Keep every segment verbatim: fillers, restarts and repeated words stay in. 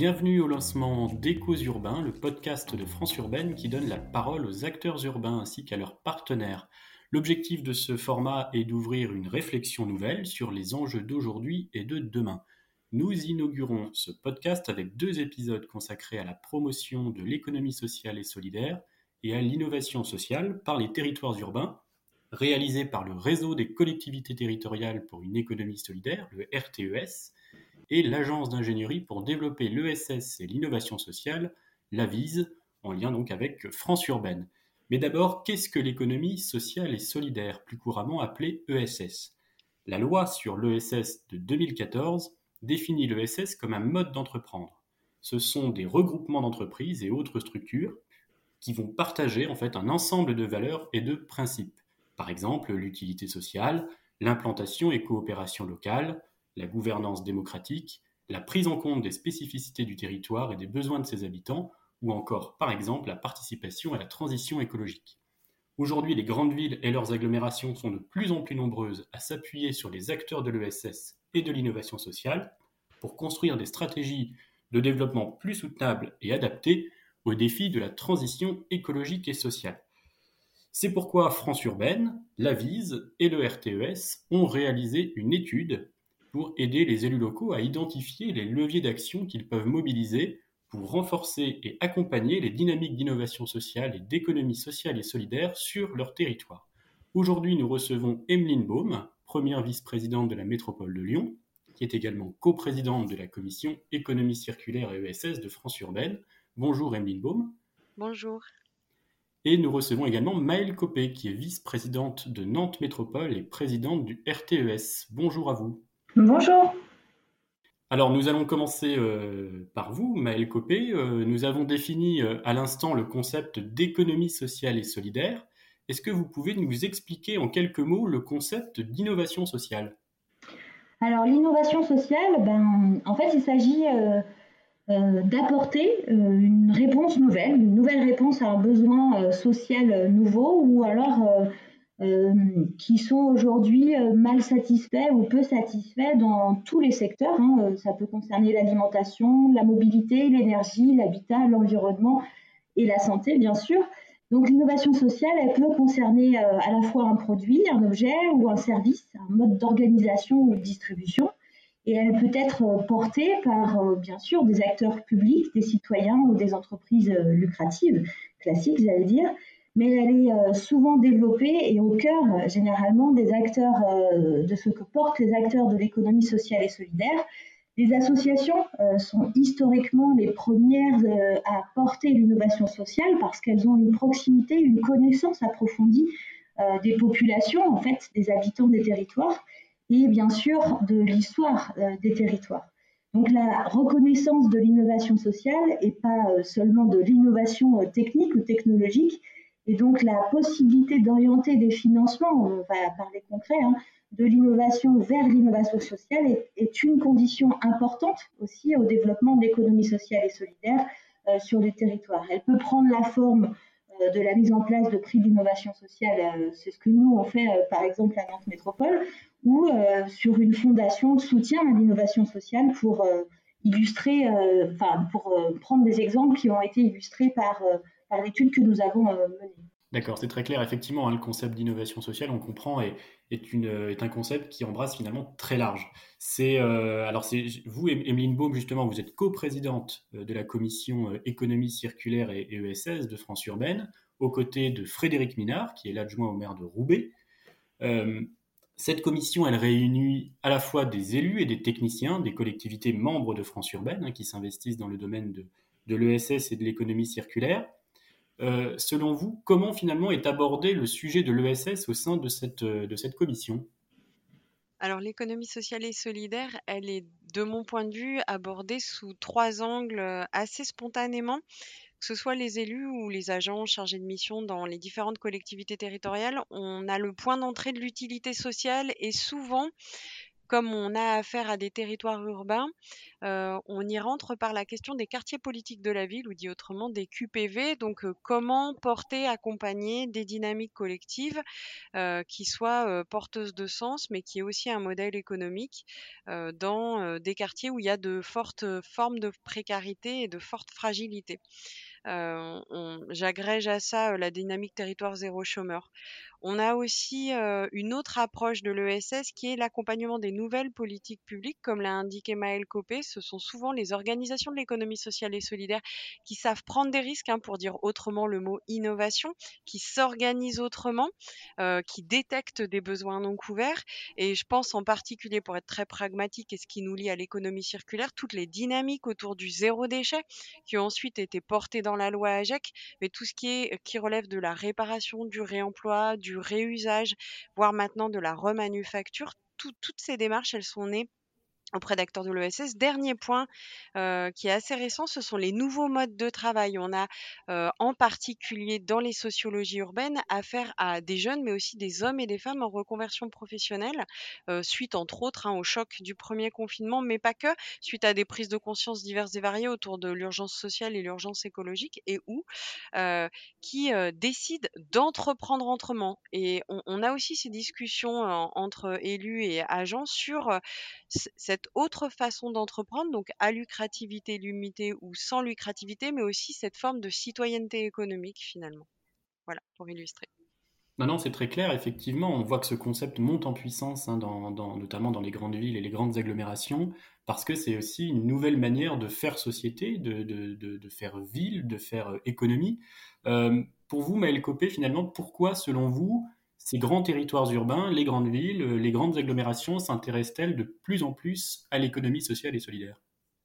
Bienvenue au lancement d'Échos Urbains, le podcast de France Urbaine qui donne la parole aux acteurs urbains ainsi qu'à leurs partenaires. L'objectif de ce format est d'ouvrir une réflexion nouvelle sur les enjeux d'aujourd'hui et de demain. Nous inaugurons ce podcast avec deux épisodes consacrés à la promotion de l'économie sociale et solidaire et à l'innovation sociale par les territoires urbains, réalisés par le Réseau des collectivités territoriales pour une économie solidaire, le R T E S, et l'Agence d'ingénierie pour développer l'E S S et l'innovation sociale, l'Avise, en lien donc avec France Urbaine. Mais d'abord, qu'est-ce que l'économie sociale et solidaire, plus couramment appelée E S S ? La loi sur l'E S S de deux mille quatorze définit l'E S S comme un mode d'entreprendre. Ce sont des regroupements d'entreprises et autres structures qui vont partager en fait un ensemble de valeurs et de principes. Par exemple, l'utilité sociale, l'implantation et coopération locale, la gouvernance démocratique, la prise en compte des spécificités du territoire et des besoins de ses habitants, ou encore, par exemple, la participation à la transition écologique. Aujourd'hui, les grandes villes et leurs agglomérations sont de plus en plus nombreuses à s'appuyer sur les acteurs de l'E S S et de l'innovation sociale pour construire des stratégies de développement plus soutenables et adaptées aux défis de la transition écologique et sociale. C'est pourquoi France Urbaine, l'Avise et le R T E S ont réalisé une étude pour aider les élus locaux à identifier les leviers d'action qu'ils peuvent mobiliser pour renforcer et accompagner les dynamiques d'innovation sociale et d'économie sociale et solidaire sur leur territoire. Aujourd'hui, nous recevons Emeline Baume, première vice-présidente de la métropole de Lyon, qui est également coprésidente de la commission économie circulaire et E S S de France Urbaine. Bonjour Emeline Baume. Bonjour. Et nous recevons également Maëlle Copé, qui est vice-présidente de Nantes Métropole et présidente du R T E S. Bonjour à vous. Bonjour. Alors, nous allons commencer euh, par vous, Maëlle Copé. Euh, nous avons défini euh, à l'instant le concept d'économie sociale et solidaire. Est-ce que vous pouvez nous expliquer en quelques mots le concept d'innovation sociale ? Alors, l'innovation sociale, ben, en fait, il s'agit euh, euh, d'apporter euh, une réponse nouvelle, une nouvelle réponse à un besoin euh, social nouveau ou alors euh, euh, qui sont aujourd'hui euh, mal satisfaits ou peu satisfaits dans tous les secteurs. Hein. Ça peut concerner l'alimentation, la mobilité, l'énergie, l'habitat, l'environnement et la santé, bien sûr. Donc l'innovation sociale, elle peut concerner euh, à la fois un produit, un objet ou un service, un mode d'organisation ou de distribution. Et elle peut être euh, portée par, euh, bien sûr, des acteurs publics, des citoyens ou des entreprises euh, lucratives, classiques, j'allais dire. Mais elle est euh, souvent développée et au cœur, euh, généralement, des acteurs, euh, de ce que portent les acteurs de l'économie sociale et solidaire. Les associations euh, sont historiquement les premières euh, à porter l'innovation sociale parce qu'elles ont une proximité, une connaissance approfondie euh, des populations, en fait, des habitants des territoires et bien sûr de l'histoire euh, des territoires. Donc la reconnaissance de l'innovation sociale et pas euh, seulement de l'innovation euh, technique ou technologique, et donc la possibilité d'orienter des financements, on va parler concret, hein, de l'innovation vers l'innovation sociale est, est une condition importante aussi au développement de l'économie sociale et solidaire euh, sur les territoires. Elle peut prendre la forme euh, de la mise en place de prix d'innovation sociale, euh, c'est ce que nous on fait euh, par exemple à Nantes Métropole, ou euh, sur une fondation de soutien à l'innovation sociale pour euh, illustrer, euh, enfin pour euh, prendre des exemples qui ont été illustrés par, euh, par l'étude que nous avons euh, menée. D'accord, c'est très clair. Effectivement, hein, le concept d'innovation sociale, on comprend, est, est, une, est un concept qui embrasse finalement très large. C'est, euh, alors, c'est, vous, Emeline Baume, justement, vous êtes coprésidente de la commission économie circulaire et, et E S S de France Urbaine, aux côtés de Frédéric Minard, qui est l'adjoint au maire de Roubaix. Euh, cette commission, elle réunit à la fois des élus et des techniciens des collectivités membres de France Urbaine, hein, qui s'investissent dans le domaine de, de l'E S S et de l'économie circulaire. Euh, selon vous, comment finalement est abordé le sujet de l'E S S au sein de cette, de cette commission ? Alors l'économie sociale et solidaire, elle est de mon point de vue abordée sous trois angles assez spontanément, que ce soit les élus ou les agents chargés de mission dans les différentes collectivités territoriales. On a le point d'entrée de l'utilité sociale et souvent, comme on a affaire à des territoires urbains, euh, on y rentre par la question des quartiers politiques de la ville, ou dit autrement des Q P V. Donc, euh, comment porter, accompagner des dynamiques collectives euh, qui soient euh, porteuses de sens, mais qui est aussi un modèle économique euh, dans euh, des quartiers où il y a de fortes formes de précarité et de fortes fragilités. Euh, on- J'agrège à ça euh, la dynamique territoire zéro chômeur. On a aussi euh, une autre approche de l'E S S qui est l'accompagnement des nouvelles politiques publiques, comme l'a indiqué Maëlle Copé. Ce sont souvent les organisations de l'économie sociale et solidaire qui savent prendre des risques, hein, pour dire autrement le mot innovation, qui s'organisent autrement, euh, qui détectent des besoins non couverts. Et je pense en particulier, pour être très pragmatique et ce qui nous lie à l'économie circulaire, toutes les dynamiques autour du zéro déchet qui ont ensuite été portées dans la loi AGEC, mais tout ce qui est qui relève de la réparation, du réemploi, du réusage, voire maintenant de la remanufacture. Tout- toutes ces démarches, elles sont nées auprès d'acteurs de l'E S S. Dernier point euh, qui est assez récent, ce sont les nouveaux modes de travail. On a euh, en particulier dans les sociologies urbaines affaire à des jeunes, mais aussi des hommes et des femmes en reconversion professionnelle, euh, suite entre autres, hein, au choc du premier confinement, mais pas que, suite à des prises de conscience diverses et variées autour de l'urgence sociale et l'urgence écologique, et où euh, qui euh, décident d'entreprendre autrement. Et on, on a aussi ces discussions euh, entre élus et agents sur euh, c- cette autre façon d'entreprendre, donc à lucrativité limitée ou sans lucrativité, mais aussi cette forme de citoyenneté économique finalement. Voilà, pour illustrer. Non, non, c'est très clair, effectivement. On voit que ce concept monte en puissance, hein, dans, dans- notamment dans les grandes villes et les grandes agglomérations, parce que c'est aussi une nouvelle manière de faire société, de, de- de- de faire ville, de faire euh, économie. Euh, pour vous, Maëlle Copé, finalement, pourquoi, selon vous, ces grands territoires urbains, les grandes villes, euh, les grandes agglomérations s'intéressent-elles de plus en plus à l'économie sociale et solidaire?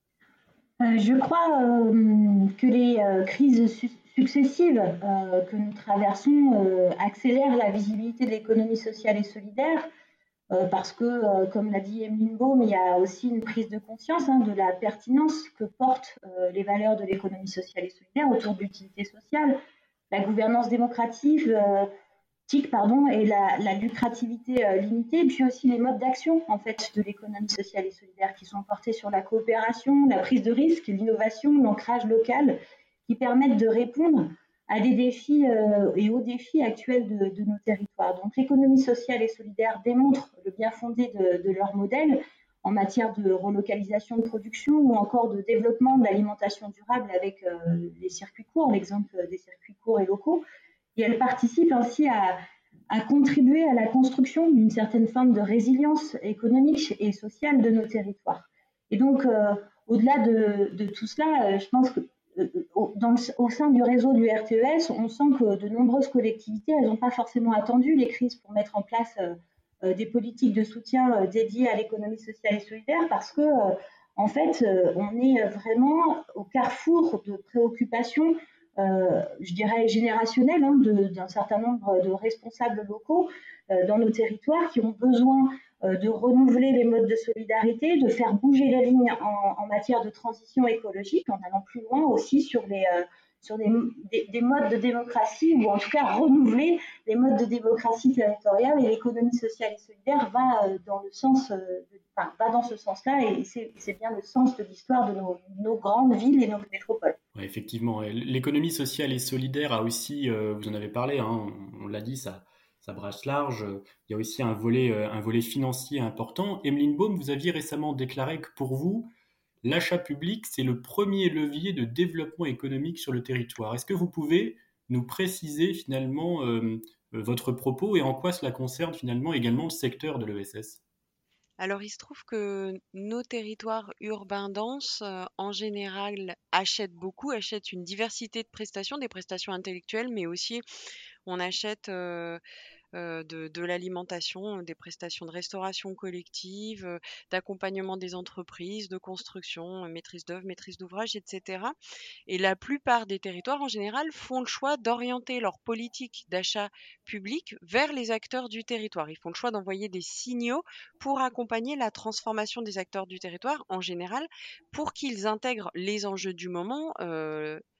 Euh, je crois euh, que les euh, crises su- successives euh, que nous traversons euh, accélèrent la visibilité de l'économie sociale et solidaire euh, parce que, euh, comme l'a dit Emeline Baum, il y a aussi une prise de conscience, hein, de la pertinence que portent euh, les valeurs de l'économie sociale et solidaire autour de l'utilité sociale, la gouvernance démocratique, euh, tic, pardon, et la, la lucrativité euh, limitée, puis aussi les modes d'action en fait de l'économie sociale et solidaire qui sont portés sur la coopération, la prise de risque, l'innovation, l'ancrage local, qui permettent de répondre à des défis euh, et aux défis actuels de, de nos territoires. Donc l'économie sociale et solidaire démontre le bien fondé de, de leur modèle en matière de relocalisation de production ou encore de développement de l'alimentation durable avec euh, les circuits courts, l'exemple des circuits courts et locaux, et elle participe ainsi à, à contribuer à la construction d'une certaine forme de résilience économique et sociale de nos territoires. Et donc, euh, au-delà de, de, tout cela, euh, je pense que euh, dans le, au sein du réseau du R T E S, on sent que de nombreuses collectivités, elles n'ont pas forcément attendu les crises pour mettre en place euh, des politiques de soutien euh, dédiées à l'économie sociale et solidaire parce que, euh, en fait, euh, on est vraiment au carrefour de préoccupations euh, je dirais, générationnel, hein, d'un certain nombre de responsables locaux euh, dans nos territoires qui ont besoin euh, de renouveler les modes de solidarité, de faire bouger la ligne en, en matière de transition écologique, en allant plus loin aussi sur les, euh, sur des, des, des modes de démocratie, ou en tout cas renouveler les modes de démocratie territoriale, et l'économie sociale et solidaire va euh, dans le sens, euh, de, enfin, va dans ce sens-là, et c'est bien le sens de l'histoire de nos, nos grandes villes et nos métropoles. Ouais, effectivement, et l'économie sociale et solidaire a aussi, euh, vous en avez parlé, hein, on, on l'a dit, ça, ça brasse large. Il y a aussi un volet, euh, un volet financier important. Emeline Baum, vous aviez récemment déclaré que pour vous, l'achat public, c'est le premier levier de développement économique sur le territoire. Est-ce que vous pouvez nous préciser finalement euh, euh, votre propos et en quoi cela concerne finalement également le secteur de l'E S S? Alors, il se trouve que nos territoires urbains denses, euh, en général, achètent beaucoup, achètent une diversité de prestations, des prestations intellectuelles, mais aussi on achète euh, euh, de, de l'alimentation, des prestations de restauration collective, euh, d'accompagnement des entreprises, de construction, euh, maîtrise d'œuvre, maîtrise d'ouvrage, et cetera. Et la plupart des territoires, en général, font le choix d'orienter leur politique d'achat public vers les acteurs du territoire. Ils font le choix d'envoyer des signaux pour accompagner la transformation des acteurs du territoire, en général, pour qu'ils intègrent les enjeux du moment, euh,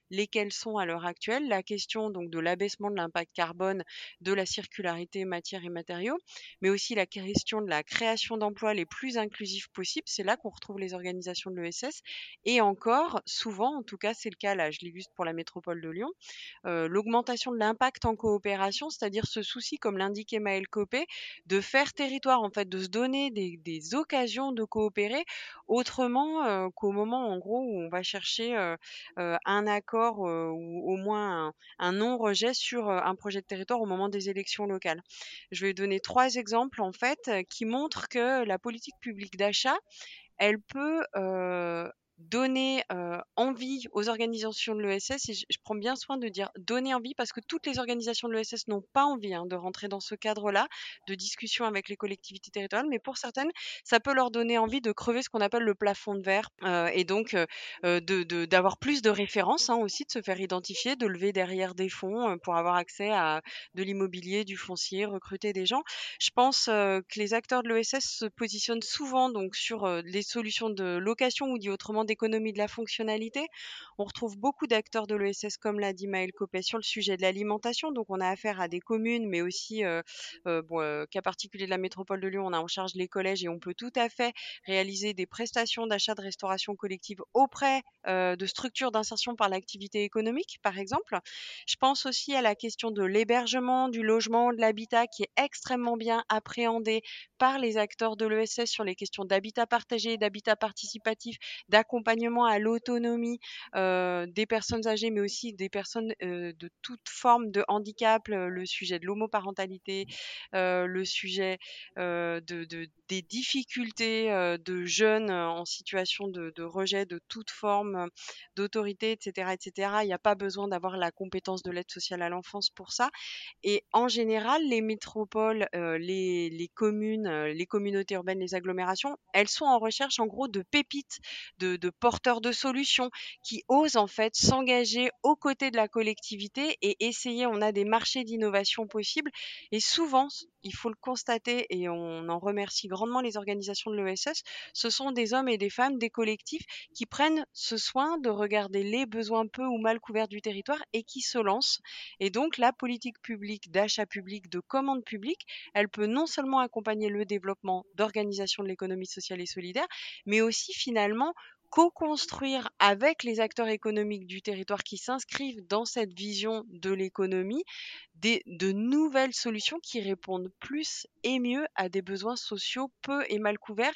lesquelles sont à l'heure actuelle. La question donc de l'abaissement de l'impact carbone, de la circularité matières et matériaux, mais aussi la question de la création d'emplois les plus inclusifs possibles. C'est là qu'on retrouve les organisations de l'E S S. Et encore, souvent, en tout cas c'est le cas là, je l'illustre pour la métropole de Lyon, euh, l'augmentation de l'impact en coopération, c'est-à-dire ce souci, comme l'indiquait Maëlle Copé, de faire territoire, en fait, de se donner des, des occasions de coopérer autrement euh, qu'au moment, en gros, où on va chercher euh, euh, un accord euh, ou au moins un, un non-rejet sur euh, un projet de territoire au moment des élections locales. Je vais donner trois exemples, en fait, euh, qui montrent que la politique publique d'achat, elle peut euh, donner euh, envie aux organisations de l'E S S, et je, je prends bien soin de dire donner envie parce que toutes les organisations de l'E S S n'ont pas envie hein, de rentrer dans ce cadre-là de discussion avec les collectivités territoriales, mais pour certaines, ça peut leur donner envie de crever ce qu'on appelle le plafond de verre euh, et donc euh, de, de, d'avoir plus de références hein, aussi, de se faire identifier, de lever derrière des fonds euh, pour avoir accès à de l'immobilier, du foncier, recruter des gens. Je pense euh, que les acteurs de l'E S S se positionnent souvent donc sur euh, les solutions de location ou dit autrement d'économie de la fonctionnalité. On retrouve beaucoup d'acteurs de l'E S S, comme l'a dit Maëlle Copé, sur le sujet de l'alimentation. Donc on a affaire à des communes, mais aussi, euh, euh, bon, euh, cas particulier de la métropole de Lyon, on a en charge les collèges et on peut tout à fait réaliser des prestations d'achat de restauration collective auprès euh, de structures d'insertion par l'activité économique, par exemple. Je pense aussi à la question de l'hébergement, du logement, de l'habitat qui est extrêmement bien appréhendé par les acteurs de l'E S S sur les questions d'habitat partagé, d'habitat participatif, d'accompagnement à l'autonomie euh, des personnes âgées, mais aussi des personnes euh, de toute forme de handicap, le, le sujet de l'homoparentalité, euh, le sujet euh, de, de, des difficultés euh, de jeunes en situation de, de rejet de toute forme d'autorité, et cetera, et cetera. Il n'y a pas besoin d'avoir la compétence de l'aide sociale à l'enfance pour ça. Et en général, les métropoles, euh, les, les communes, euh, les communautés urbaines, les agglomérations, elles sont en recherche en gros de pépites, de, de porteurs de solutions qui osent en fait s'engager aux côtés de la collectivité et essayer. On a des marchés d'innovation possibles et souvent, il faut le constater et on en remercie grandement les organisations de l'E S S, ce sont des hommes et des femmes, des collectifs qui prennent ce soin de regarder les besoins peu ou mal couverts du territoire et qui se lancent. Et donc, la politique publique, d'achat public, de commande publique, elle peut non seulement accompagner le développement d'organisations de l'économie sociale et solidaire, mais aussi finalement co-construire avec les acteurs économiques du territoire qui s'inscrivent dans cette vision de l'économie des, de nouvelles solutions qui répondent plus et mieux à des besoins sociaux peu et mal couverts.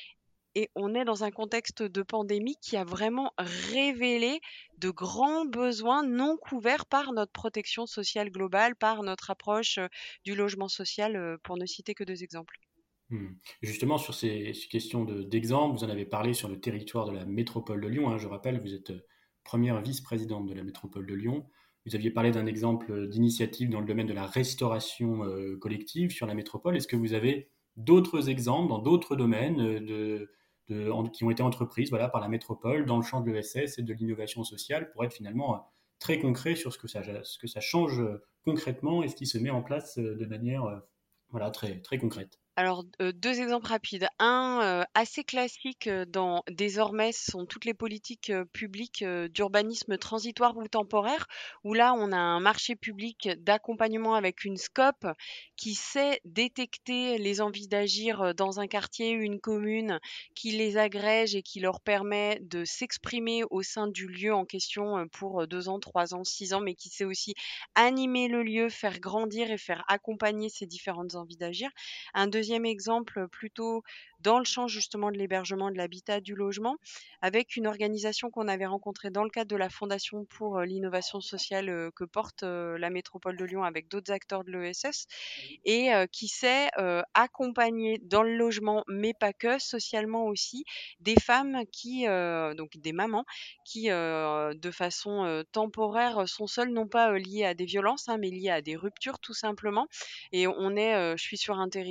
Et on est dans un contexte de pandémie qui a vraiment révélé de grands besoins non couverts par notre protection sociale globale, par notre approche euh, du logement social, euh, pour ne citer que deux exemples. Hmm. Justement, sur ces, ces questions de- d'exemple, vous en avez parlé sur le territoire de la métropole de Lyon, hein. Je rappelle, vous êtes euh, première vice-présidente de la métropole de Lyon. Vous aviez parlé d'un exemple d'initiative dans le domaine de la restauration euh, collective sur la métropole. Est-ce que vous avez d'autres exemples dans d'autres domaines euh, de, de- en- qui ont été entreprises voilà, par la métropole dans le champ de l'E S S et de l'innovation sociale pour être finalement euh, très concret sur ce que ça, ce que ça change euh, concrètement et ce qui se met en place euh, de manière euh, voilà, très, très concrète? Alors, euh, deux exemples rapides. Un euh, assez classique euh, dans désormais, ce sont toutes les politiques euh, publiques euh, d'urbanisme transitoire ou temporaire, où là, on a un marché public d'accompagnement avec une scope qui sait détecter les envies d'agir euh, dans un quartier, une commune, qui les agrège et qui leur permet de s'exprimer au sein du lieu en question euh, pour euh, deux ans, trois ans, six ans, mais qui sait aussi animer le lieu, faire grandir et faire accompagner ces différentes envies d'agir. Un deuxième exemple, plutôt dans le champ justement de l'hébergement, de l'habitat, du logement, avec une organisation qu'on avait rencontrée dans le cadre de la Fondation pour euh, l'innovation sociale euh, que porte euh, la métropole de Lyon avec d'autres acteurs de l'E S S et euh, qui sait euh, accompagner dans le logement, mais pas que, socialement aussi, des femmes qui, euh, donc des mamans, qui euh, de façon euh, temporaire sont seules, non pas euh, liées à des violences, hein, mais liées à des ruptures tout simplement. Et on est, euh, je suis sur un territoire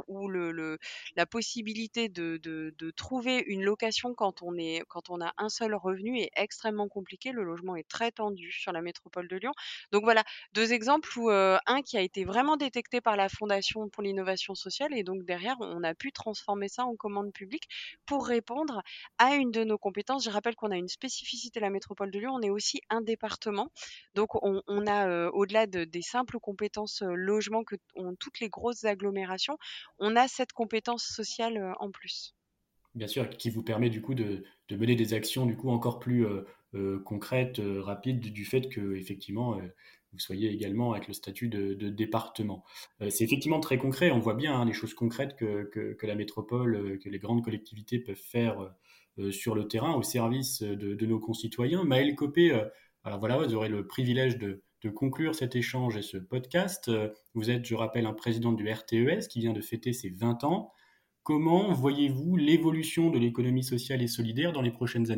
où le, le, la possibilité de, de, de trouver une location quand on, est, quand on a un seul revenu est extrêmement compliquée. Le logement est très tendu sur la métropole de Lyon. Donc voilà, deux exemples où euh, un qui a été vraiment détecté par la Fondation pour l'innovation sociale et donc derrière, on a pu transformer ça en commande publique pour répondre à une de nos compétences. Je rappelle qu'on a une spécificité, la métropole de Lyon, on est aussi un département. Donc on, on a, euh, au-delà de, des simples compétences euh, logement que ont toutes les grosses agglomérations, on a cette compétence sociale euh, en plus. Bien sûr, qui vous permet du coup de, de mener des actions du coup encore plus euh, euh, concrètes, euh, rapides, du, du fait que effectivement euh, vous soyez également avec le statut de, de département. Euh, c'est effectivement très concret. On voit bien hein, les choses concrètes que, que, que la métropole, euh, que les grandes collectivités peuvent faire euh, sur le terrain au service de, de nos concitoyens. Maëlle Copé, euh, alors voilà, vous aurez le privilège de, de conclure cet échange et ce podcast. Euh, vous êtes, je rappelle, un président du R T E S qui vient de fêter ses vingt ans. Comment voyez-vous l'évolution de l'économie sociale et solidaire dans les prochaines années ?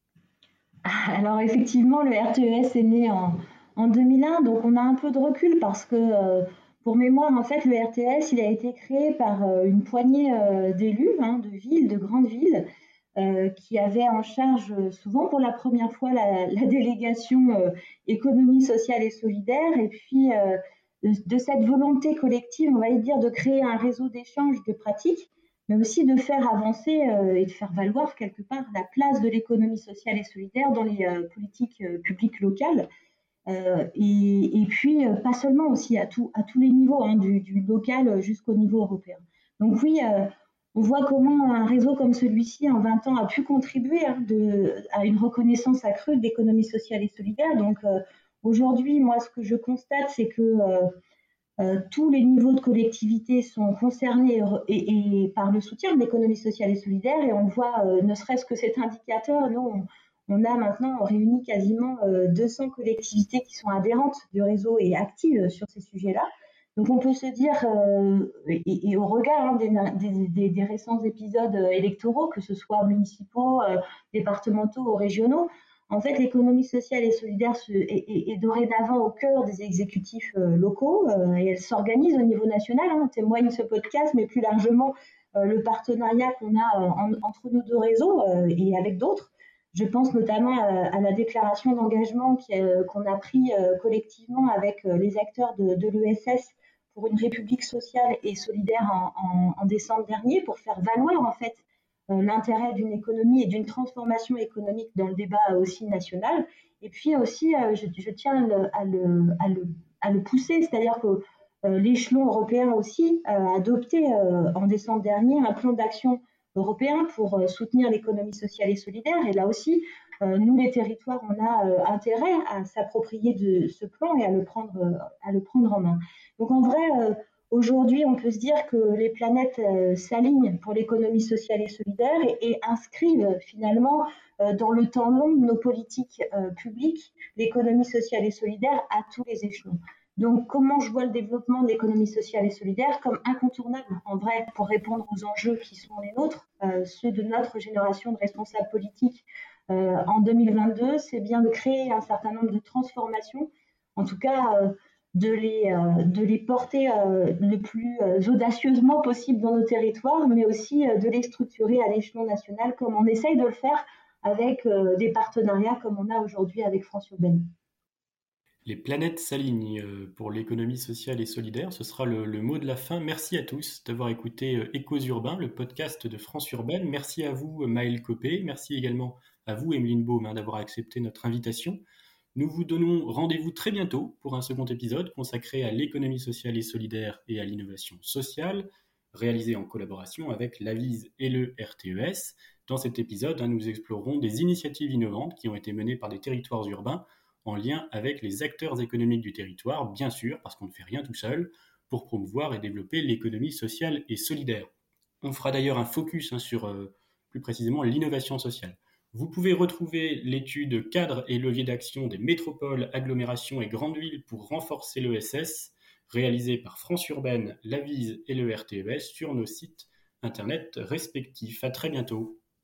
Alors effectivement, le R T E S est né en, en deux mille un, donc on a un peu de recul parce que, euh, pour mémoire, en fait, le R T E S, il a été créé par euh, une poignée euh, d'élus, hein, de villes, de grandes villes, euh, qui avaient en charge, euh, souvent pour la première fois, la, la délégation euh, économie sociale et solidaire. Et puis, euh, de, de cette volonté collective, on va dire, de créer un réseau d'échange de pratiques, mais aussi de faire avancer euh, et de faire valoir quelque part la place de l'économie sociale et solidaire dans les euh, politiques euh, publiques locales. Euh, et, et puis, euh, pas seulement aussi à, tout, à tous les niveaux, hein, du, du local jusqu'au niveau européen. Donc oui, euh, on voit comment un réseau comme celui-ci, en vingt ans, a pu contribuer hein, de, à une reconnaissance accrue de l'économie sociale et solidaire. Donc euh, aujourd'hui, moi, ce que je constate, c'est que euh, euh, tous les niveaux de collectivité sont concernés et, et par le soutien de l'économie sociale et solidaire. Et on voit, euh, ne serait-ce que cet indicateur, nous, on, on a maintenant réuni quasiment euh, deux cents collectivités qui sont adhérentes du réseau et actives sur ces sujets-là. Donc on peut se dire, euh, et, et au regard hein, des, des, des, des récents épisodes électoraux, que ce soit municipaux, euh, départementaux ou régionaux, en fait, l'économie sociale et solidaire est, est, est dorénavant au cœur des exécutifs euh, locaux euh, et elle s'organise au niveau national. Hein, témoigne ce podcast, mais plus largement euh, le partenariat qu'on a euh, en, entre nos deux réseaux euh, et avec d'autres. Je pense notamment à, à la déclaration d'engagement qui, euh, qu'on a pris euh, collectivement avec euh, les acteurs de, de l'E S S pour une République sociale et solidaire en, en, en décembre dernier, pour faire valoir en fait l'intérêt d'une économie et d'une transformation économique dans le débat aussi national. Et puis aussi, je, je tiens à le, à, le, à le pousser, c'est-à-dire que euh, l'échelon européen aussi a adopté euh, en décembre dernier un plan d'action européen pour euh, soutenir l'économie sociale et solidaire. Et là aussi, euh, nous, les territoires, on a euh, intérêt à s'approprier de ce plan et à le prendre, euh, à le prendre en main. Donc en vrai, euh, aujourd'hui, on peut se dire que les planètes euh, s'alignent pour l'économie sociale et solidaire et, et inscrivent finalement euh, dans le temps long de nos politiques euh, publiques l'économie sociale et solidaire à tous les échelons. Donc, comment je vois le développement de l'économie sociale et solidaire comme incontournable, en vrai, pour répondre aux enjeux qui sont les nôtres, euh, ceux de notre génération de responsables politiques euh, en deux mille vingt-deux, c'est bien de créer un certain nombre de transformations, en tout cas euh, de, les, euh, de les porter euh, le plus euh, audacieusement possible dans nos territoires, mais aussi euh, de les structurer à l'échelon national, comme on essaye de le faire avec euh, des partenariats comme on a aujourd'hui avec France Urbaine. Les planètes s'alignent pour l'économie sociale et solidaire. Ce sera le, le mot de la fin. Merci à tous d'avoir écouté Échos Urbains, le podcast de France Urbaine. Merci à vous, Maëlle Copé. Merci également à vous, Emeline Baume, hein, d'avoir accepté notre invitation. Nous vous donnons rendez-vous très bientôt pour un second épisode consacré à l'économie sociale et solidaire et à l'innovation sociale, réalisé en collaboration avec l'Avise et le R T E S. Dans cet épisode, hein, nous explorerons des initiatives innovantes qui ont été menées par des territoires urbains en lien avec les acteurs économiques du territoire, bien sûr, parce qu'on ne fait rien tout seul, pour promouvoir et développer l'économie sociale et solidaire. On fera d'ailleurs un focus hein, sur, euh, plus précisément, l'innovation sociale. Vous pouvez retrouver l'étude Cadre et leviers d'action des métropoles, agglomérations et grandes villes pour renforcer l'E S S, réalisée par France Urbaine, l'Avise et le R T E S sur nos sites internet respectifs. À très bientôt.